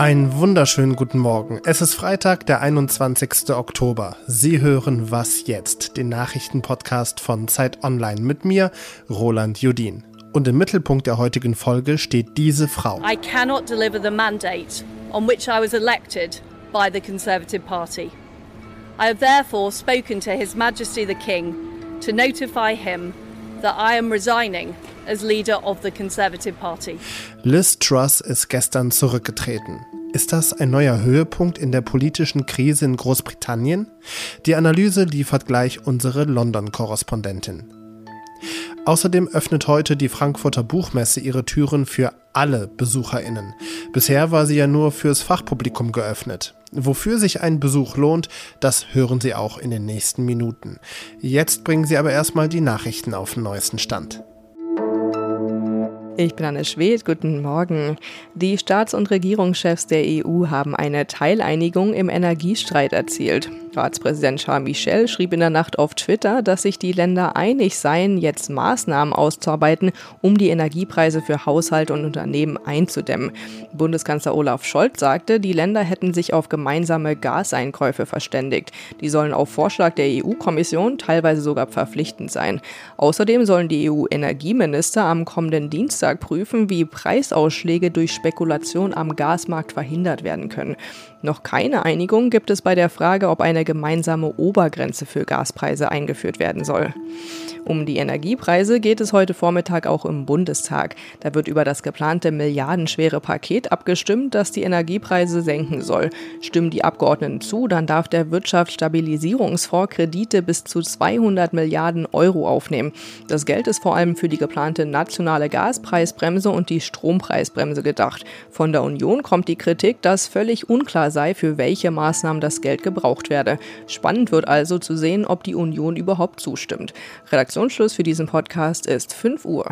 Einen wunderschönen guten Morgen. Es ist Freitag, der 21. Oktober. Sie hören Was jetzt? Den Nachrichtenpodcast von Zeit Online mit mir, Roland Judin. Und im Mittelpunkt der heutigen Folge steht diese Frau. I cannot deliver the mandate on which I was elected by the Conservative Party. I have therefore spoken to His Majesty the King to notify him that I am resigning as leader of the Conservative Party. Liz Truss ist gestern zurückgetreten. Ist das ein neuer Höhepunkt in der politischen Krise in Großbritannien? Die Analyse liefert gleich unsere London-Korrespondentin. Außerdem öffnet heute die Frankfurter Buchmesse ihre Türen für alle BesucherInnen. Bisher war sie ja nur fürs Fachpublikum geöffnet. Wofür sich ein Besuch lohnt, das hören Sie auch in den nächsten Minuten. Jetzt bringen Sie aber erstmal die Nachrichten auf den neuesten Stand. Ich bin Anne Schwedt, guten Morgen. Die Staats- und Regierungschefs der EU haben eine Teileinigung im Energiestreit erzielt. Ratspräsident Charles Michel schrieb in der Nacht auf Twitter, dass sich die Länder einig seien, jetzt Maßnahmen auszuarbeiten, um die Energiepreise für Haushalte und Unternehmen einzudämmen. Bundeskanzler Olaf Scholz sagte, die Länder hätten sich auf gemeinsame Gaseinkäufe verständigt. Die sollen auf Vorschlag der EU-Kommission teilweise sogar verpflichtend sein. Außerdem sollen die EU-Energieminister am kommenden Dienstag prüfen, wie Preisausschläge durch Spekulation am Gasmarkt verhindert werden können. Noch keine Einigung gibt es bei der Frage, ob eine gemeinsame Obergrenze für Gaspreise eingeführt werden soll. Um die Energiepreise geht es heute Vormittag auch im Bundestag. Da wird über das geplante milliardenschwere Paket abgestimmt, das die Energiepreise senken soll. Stimmen die Abgeordneten zu, dann darf der Wirtschaftsstabilisierungsfonds Kredite bis zu 200 Milliarden Euro aufnehmen. Das Geld ist vor allem für die geplante nationale Gaspreisbremse und die Strompreisbremse gedacht. Von der Union kommt die Kritik, dass völlig unklar sei, für welche Maßnahmen das Geld gebraucht werde. Spannend wird also zu sehen, ob die Union überhaupt zustimmt. Redaktionsschluss für diesen Podcast ist 5 Uhr.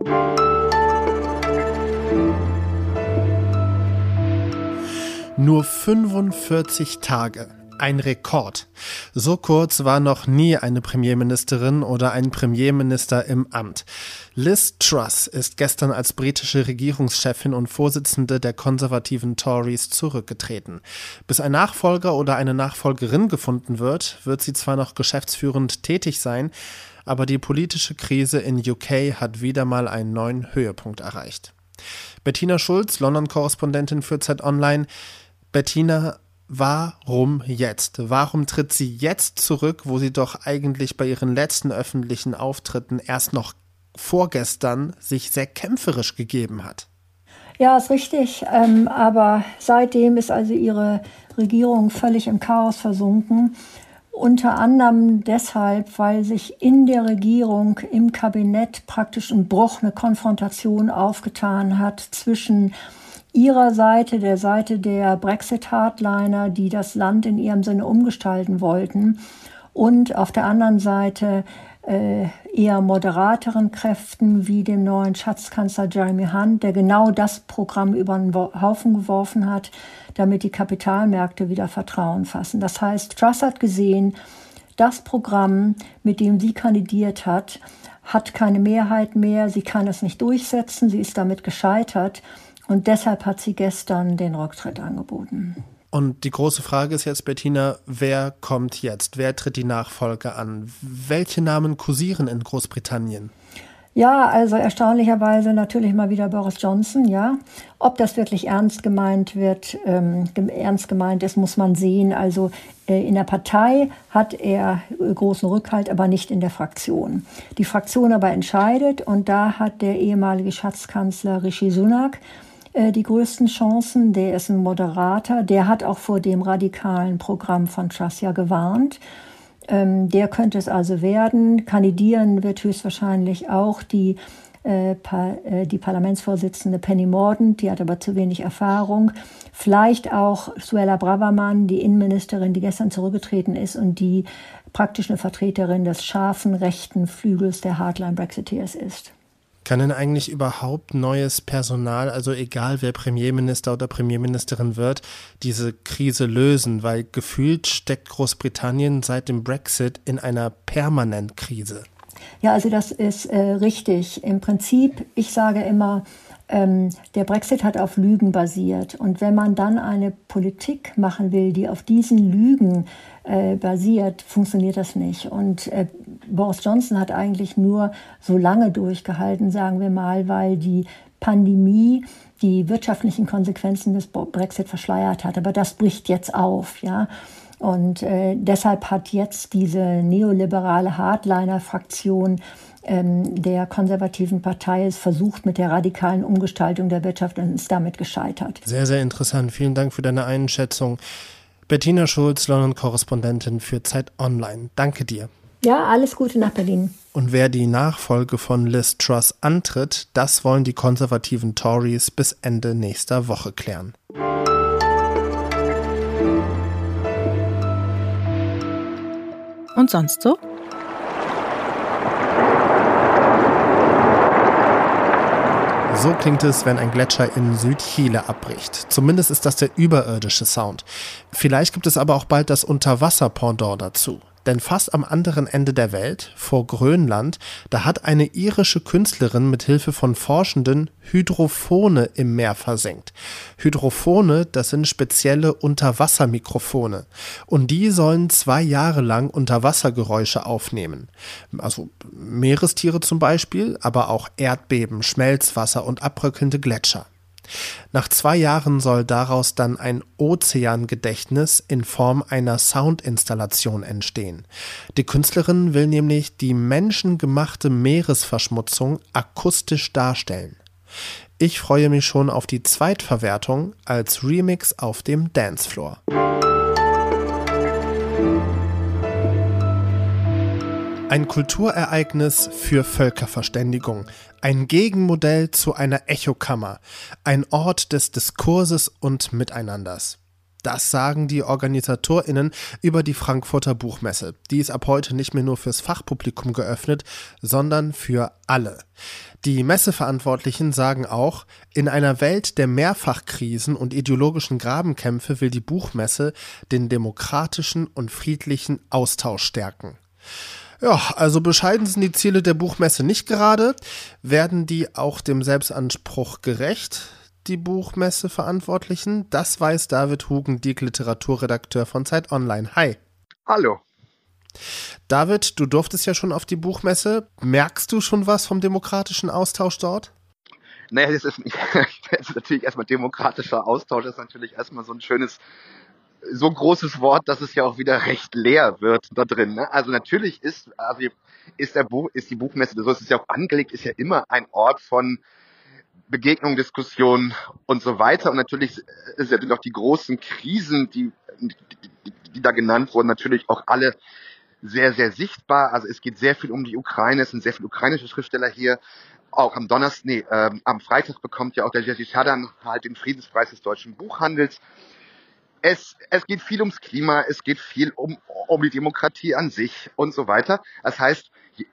Nur 45 Tage. Ein Rekord. So kurz war noch nie eine Premierministerin oder ein Premierminister im Amt. Liz Truss ist gestern als britische Regierungschefin und Vorsitzende der konservativen Tories zurückgetreten. Bis ein Nachfolger oder eine Nachfolgerin gefunden wird, wird sie zwar noch geschäftsführend tätig sein, aber die politische Krise in UK hat wieder mal einen neuen Höhepunkt erreicht. Bettina Schulz, London-Korrespondentin für Zeit Online. Bettina, warum jetzt? Warum tritt sie jetzt zurück, wo sie doch eigentlich bei ihren letzten öffentlichen Auftritten erst noch vorgestern sich sehr kämpferisch gegeben hat? Ja, ist richtig. Aber seitdem ist also ihre Regierung völlig im Chaos versunken. Unter anderem deshalb, weil sich in der Regierung, im Kabinett praktisch ein Bruch, eine Konfrontation aufgetan hat zwischen ihrer Seite, der Seite der Brexit-Hardliner, die das Land in ihrem Sinne umgestalten wollten, und auf der anderen Seite eher moderateren Kräften wie dem neuen Schatzkanzler Jeremy Hunt, der genau das Programm über den Haufen geworfen hat, damit die Kapitalmärkte wieder Vertrauen fassen. Das heißt, Truss hat gesehen, das Programm, mit dem sie kandidiert hat, hat keine Mehrheit mehr, sie kann es nicht durchsetzen, sie ist damit gescheitert und deshalb hat sie gestern den Rücktritt angeboten. Und die große Frage ist jetzt, Bettina, wer kommt jetzt? Wer tritt die Nachfolge an? Welche Namen kursieren in Großbritannien? Ja, also erstaunlicherweise natürlich mal wieder Boris Johnson, ja. Ob das wirklich ernst gemeint ist, muss man sehen. Also in der Partei hat er großen Rückhalt, aber nicht in der Fraktion. Die Fraktion aber entscheidet und da hat der ehemalige Schatzkanzler Rishi Sunak die größten Chancen. Der ist ein Moderater, der hat auch vor dem radikalen Programm von Truss ja gewarnt. Der könnte es also werden. Kandidieren wird höchstwahrscheinlich auch die Parlamentsvorsitzende Penny Mordaunt, die hat aber zu wenig Erfahrung. Vielleicht auch Suella Braverman, die Innenministerin, die gestern zurückgetreten ist und die praktisch eine Vertreterin des scharfen rechten Flügels der Hardline-Brexiteers ist. Kann denn eigentlich überhaupt neues Personal, also egal wer Premierminister oder Premierministerin wird, diese Krise lösen? Weil gefühlt steckt Großbritannien seit dem Brexit in einer Permanentkrise. Ja, also das ist richtig. Im Prinzip, ich sage immer, Der Brexit hat auf Lügen basiert. Und wenn man dann eine Politik machen will, die auf diesen Lügen basiert, funktioniert das nicht. Und Boris Johnson hat eigentlich nur so lange durchgehalten, sagen wir mal, weil die Pandemie die wirtschaftlichen Konsequenzen des Brexit verschleiert hat. Aber das bricht jetzt auf, ja. Und deshalb hat jetzt diese neoliberale Hardliner-Fraktion der konservativen Partei es versucht mit der radikalen Umgestaltung der Wirtschaft und ist damit gescheitert. Sehr, sehr interessant. Vielen Dank für deine Einschätzung. Bettina Schulz, London-Korrespondentin für Zeit Online. Danke dir. Ja, alles Gute nach Berlin. Und wer die Nachfolge von Liz Truss antritt, das wollen die konservativen Tories bis Ende nächster Woche klären. Und sonst so? So klingt es, wenn ein Gletscher in Südchile abbricht. Zumindest ist das der überirdische Sound. Vielleicht gibt es aber auch bald das Unterwasser-Pendant dazu. Denn fast am anderen Ende der Welt, vor Grönland, da hat eine irische Künstlerin mit Hilfe von Forschenden Hydrophone im Meer versenkt. Hydrophone, das sind spezielle Unterwassermikrofone. Und die sollen 2 Jahre lang Unterwassergeräusche aufnehmen. Also Meerestiere zum Beispiel, aber auch Erdbeben, Schmelzwasser und abbröckelnde Gletscher. Nach 2 Jahren soll daraus dann ein Ozeangedächtnis in Form einer Soundinstallation entstehen. Die Künstlerin will nämlich die menschengemachte Meeresverschmutzung akustisch darstellen. Ich freue mich schon auf die Zweitverwertung als Remix auf dem Dancefloor. Ein Kulturereignis für Völkerverständigung, ein Gegenmodell zu einer Echokammer, ein Ort des Diskurses und Miteinanders. Das sagen die OrganisatorInnen über die Frankfurter Buchmesse. Die ist ab heute nicht mehr nur fürs Fachpublikum geöffnet, sondern für alle. Die Messeverantwortlichen sagen auch, in einer Welt der Mehrfachkrisen und ideologischen Grabenkämpfe will die Buchmesse den demokratischen und friedlichen Austausch stärken. Ja, also bescheiden sind die Ziele der Buchmesse nicht gerade. Werden die auch dem Selbstanspruch gerecht, die Buchmesse-Verantwortlichen? Das weiß David Hugendieck, Literaturredakteur von Zeit Online. Hi. Hallo. David, du durftest ja schon auf die Buchmesse. Merkst du schon was vom demokratischen Austausch dort? Naja, das ist natürlich erstmal demokratischer Austausch, das ist natürlich erstmal so ein schönes, so großes Wort, dass es ja auch wieder recht leer wird da drin. Ne? Also natürlich ist die Buchmesse, so ist es ja auch angelegt, ist ja immer ein Ort von Begegnung, Diskussion und so weiter. Und natürlich sind auch die großen Krisen, die da genannt wurden, natürlich auch alle sehr, sehr sichtbar. Also es geht sehr viel um die Ukraine, es sind sehr viele ukrainische Schriftsteller hier. Auch am Freitag bekommt ja auch der Jerzy Schadan halt den Friedenspreis des deutschen Buchhandels. Es geht viel ums Klima, es geht viel um die Demokratie an sich und so weiter. Das heißt,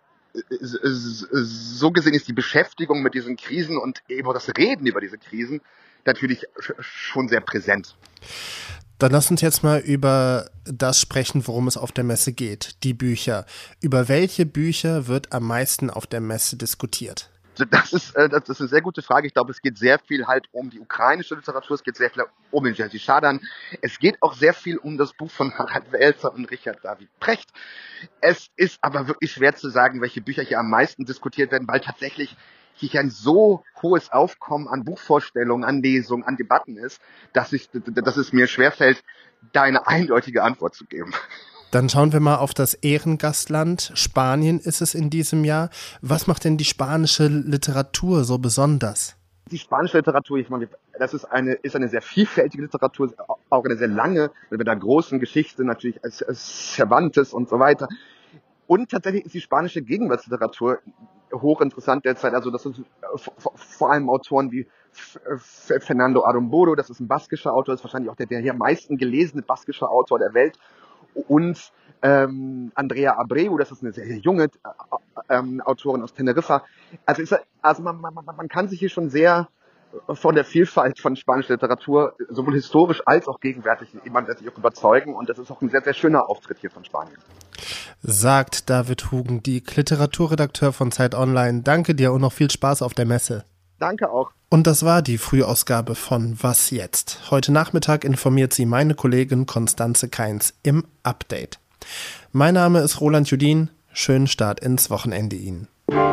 so gesehen ist die Beschäftigung mit diesen Krisen und eben auch das Reden über diese Krisen natürlich schon sehr präsent. Dann lass uns jetzt mal über das sprechen, worum es auf der Messe geht, die Bücher. Über welche Bücher wird am meisten auf der Messe diskutiert? Das ist eine sehr gute Frage. Ich glaube, es geht sehr viel halt um die ukrainische Literatur, es geht sehr viel um den Jerzy Schadan. Es geht auch sehr viel um das Buch von Harald Welzer und Richard David Precht. Es ist aber wirklich schwer zu sagen, welche Bücher hier am meisten diskutiert werden, weil tatsächlich hier ein so hohes Aufkommen an Buchvorstellungen, an Lesungen, an Debatten ist, dass es mir schwerfällt, da eine eindeutige Antwort zu geben. Dann schauen wir mal auf das Ehrengastland. Spanien ist es in diesem Jahr. Was macht denn die spanische Literatur so besonders? Die spanische Literatur, ich meine, das ist eine sehr vielfältige Literatur, auch eine sehr lange, mit einer großen Geschichte, natürlich als Cervantes und so weiter. Und tatsächlich ist die spanische Gegenwartsliteratur hochinteressant derzeit. Also das sind vor allem Autoren wie Fernando Aramburu, das ist ein baskischer Autor, das ist wahrscheinlich auch der hier am meisten gelesene baskische Autor der Welt. Und Andrea Abreu, das ist eine sehr, sehr junge Autorin aus Teneriffa. Also man kann sich hier schon sehr von der Vielfalt von spanischer Literatur, sowohl historisch als auch gegenwärtig, man wird sich auch überzeugen. Und das ist auch ein sehr, sehr schöner Auftritt hier von Spanien. Sagt David Hugendieck, Literaturredakteur von Zeit Online. Danke dir und noch viel Spaß auf der Messe. Danke auch. Und das war die Frühausgabe von Was jetzt? Heute Nachmittag informiert Sie meine Kollegin Konstanze Kainz im Update. Mein Name ist Roland Judin. Schönen Start ins Wochenende Ihnen.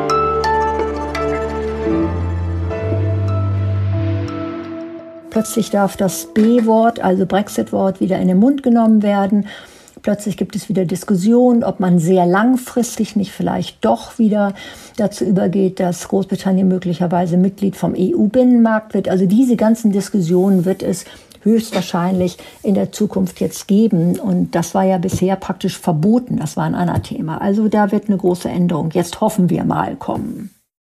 Plötzlich darf das B-Wort, also Brexit-Wort, wieder in den Mund genommen werden. Plötzlich gibt es wieder Diskussionen, ob man sehr langfristig nicht vielleicht doch wieder dazu übergeht, dass Großbritannien möglicherweise Mitglied vom EU-Binnenmarkt wird. Also diese ganzen Diskussionen wird es höchstwahrscheinlich in der Zukunft jetzt geben. Und das war ja bisher praktisch verboten. Das war ein Anathema. Also da wird eine große Änderung, jetzt hoffen wir mal, kommen.